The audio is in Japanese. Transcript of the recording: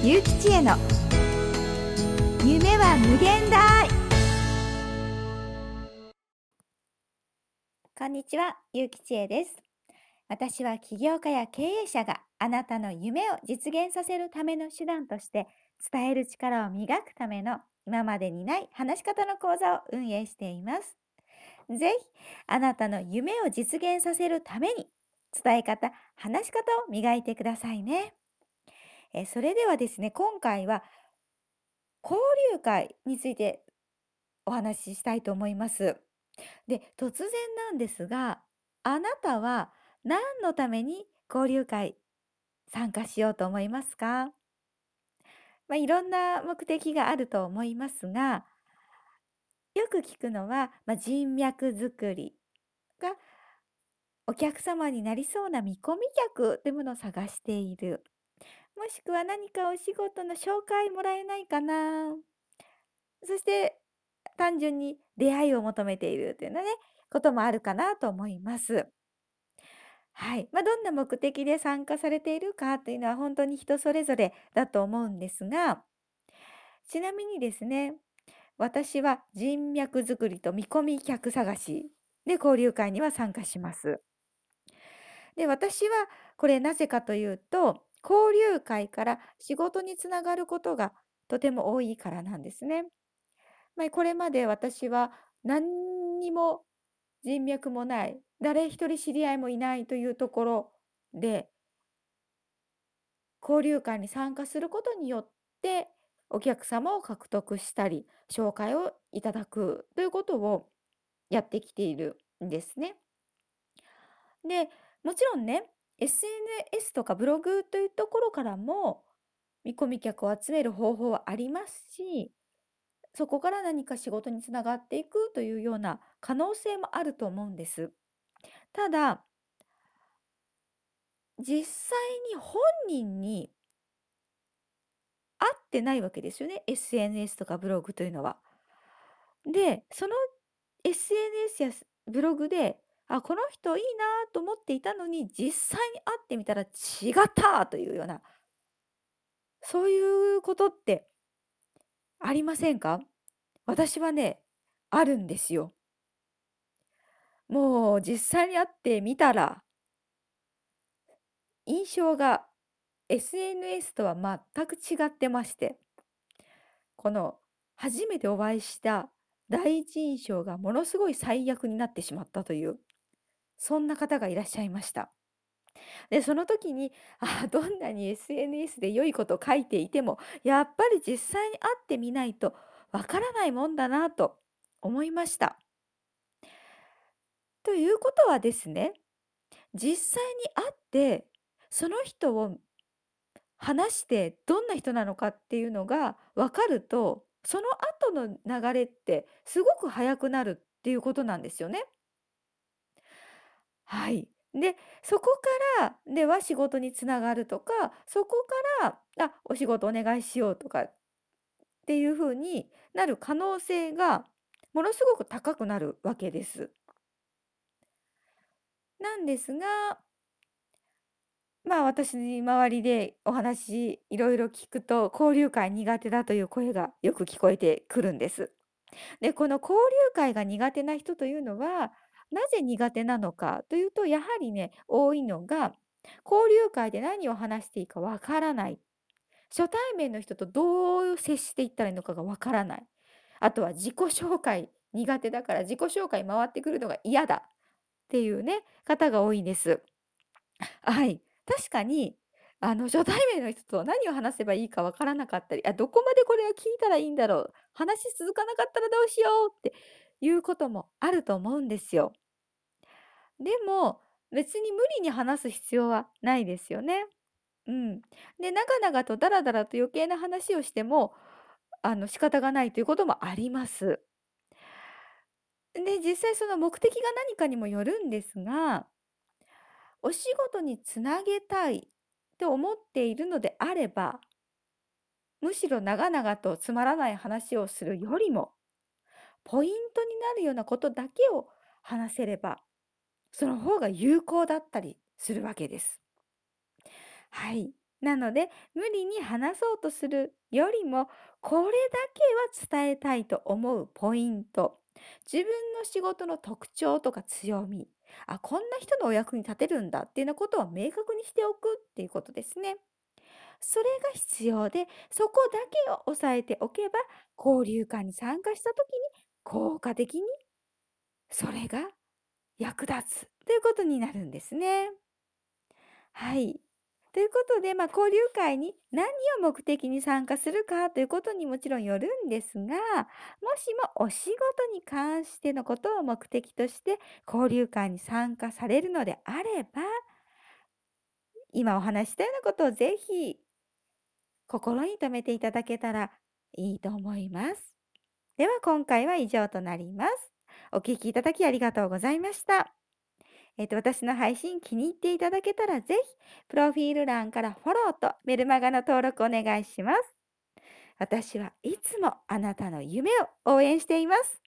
ゆうきちえの夢は無限大。こんにちは、ゆうきちえです。私は起業家や経営者があなたの夢を実現させるための手段として伝える力を磨くための今までにない話し方の講座を運営しています。ぜひあなたの夢を実現させるために伝え方、話し方を磨いてくださいね。それではですね、今回は交流会についてお話ししたいと思います。で、突然なんですが、あなたは何のために交流会参加しようと思いますか？いろんな目的があると思いますが、よく聞くのは、人脈作りがお客様になりそうな見込み客というものを探している。もしくは何かお仕事の紹介もらえないかな。そして単純に出会いを求めているというようなね、こともあるかなと思います。はい。どんな目的で参加されているかというのは本当に人それぞれだと思うんですが、ちなみにですね、私は人脈作りと見込み客探しで交流会には参加します。で、私はこれなぜかというと、交流会から仕事につながることがとても多いからなんですね。これまで私は何にも人脈もない、誰一人知り合いもいないというところで、交流会に参加することによって、お客様を獲得したり、紹介をいただくということをやってきているんですね。で、もちろんね、SNS とかブログというところからも見込み客を集める方法はありますし、そこから何か仕事につながっていくというような可能性もあると思うんです。ただ、実際に本人に会ってないわけですよね。SNS とかブログというのは。で、その SNS やブログで、あ、この人いいなと思っていたのに、実際に会ってみたら違ったというような、そういうことってありませんか？私はね、あるんですよ。もう実際に会ってみたら、印象が SNS とは全く違ってまして、この初めてお会いした第一印象がものすごい最悪になってしまったという、そんな方がいらっしゃいました。で、その時に、どんなに SNS で良いこと書いていても、やっぱり実際に会ってみないとわからないもんだなと思いました。ということはですね、実際に会って、その人を話してどんな人なのかっていうのが分かると、その後の流れってすごく早くなるっていうことなんですよね。はい。で、そこからでは仕事につながるとか、そこから、お仕事お願いしようとかっていう風になる可能性がものすごく高くなるわけです。なんですが、私に周りでお話いろいろ聞くと、交流会苦手だという声がよく聞こえてくるんです。で、この交流会が苦手な人というのは、なぜ苦手なのかというと、やはりね、多いのが、交流会で何を話していいかわからない。初対面の人とどう接していったらいいのかがわからない。あとは自己紹介苦手だから自己紹介回ってくるのが嫌だっていうね、方が多いんです。はい。確かに、初対面の人と何を話せばいいかわからなかったり、どこまでこれを聞いたらいいんだろう、話続かなかったらどうしようっていうこともあると思うんですよ。でも、別に無理に話す必要はないですよね。うん。で、長々とダラダラと余計な話をしても、仕方がないということもあります。で、実際その目的が何かにもよるんですが、お仕事につなげたいと思っているのであれば、むしろ長々とつまらない話をするよりも、ポイントになるようなことだけを話せれば、その方が有効だったりするわけです。はい。 なので、無理に話そうとするよりも、これだけは伝えたいと思うポイント、自分の仕事の特徴とか強み、あ、こんな人のお役に立てるんだっていうようなことを明確にしておくっていうことですね。それが必要で、そこだけを押さえておけば、交流会に参加した時に効果的にそれが役立つということになるんですね。はい。ということで、交流会に何を目的に参加するかということにもちろんよるんですが、もしもお仕事に関してのことを目的として交流会に参加されるのであれば、今お話ししたようなことをぜひ心に留めていただけたらいいと思います。では今回は以上となります。お聞きいただきありがとうございました。私の配信気に入っていただけたらぜひ、プロフィール欄からフォローとメルマガの登録お願いします。私はいつもあなたの夢を応援しています。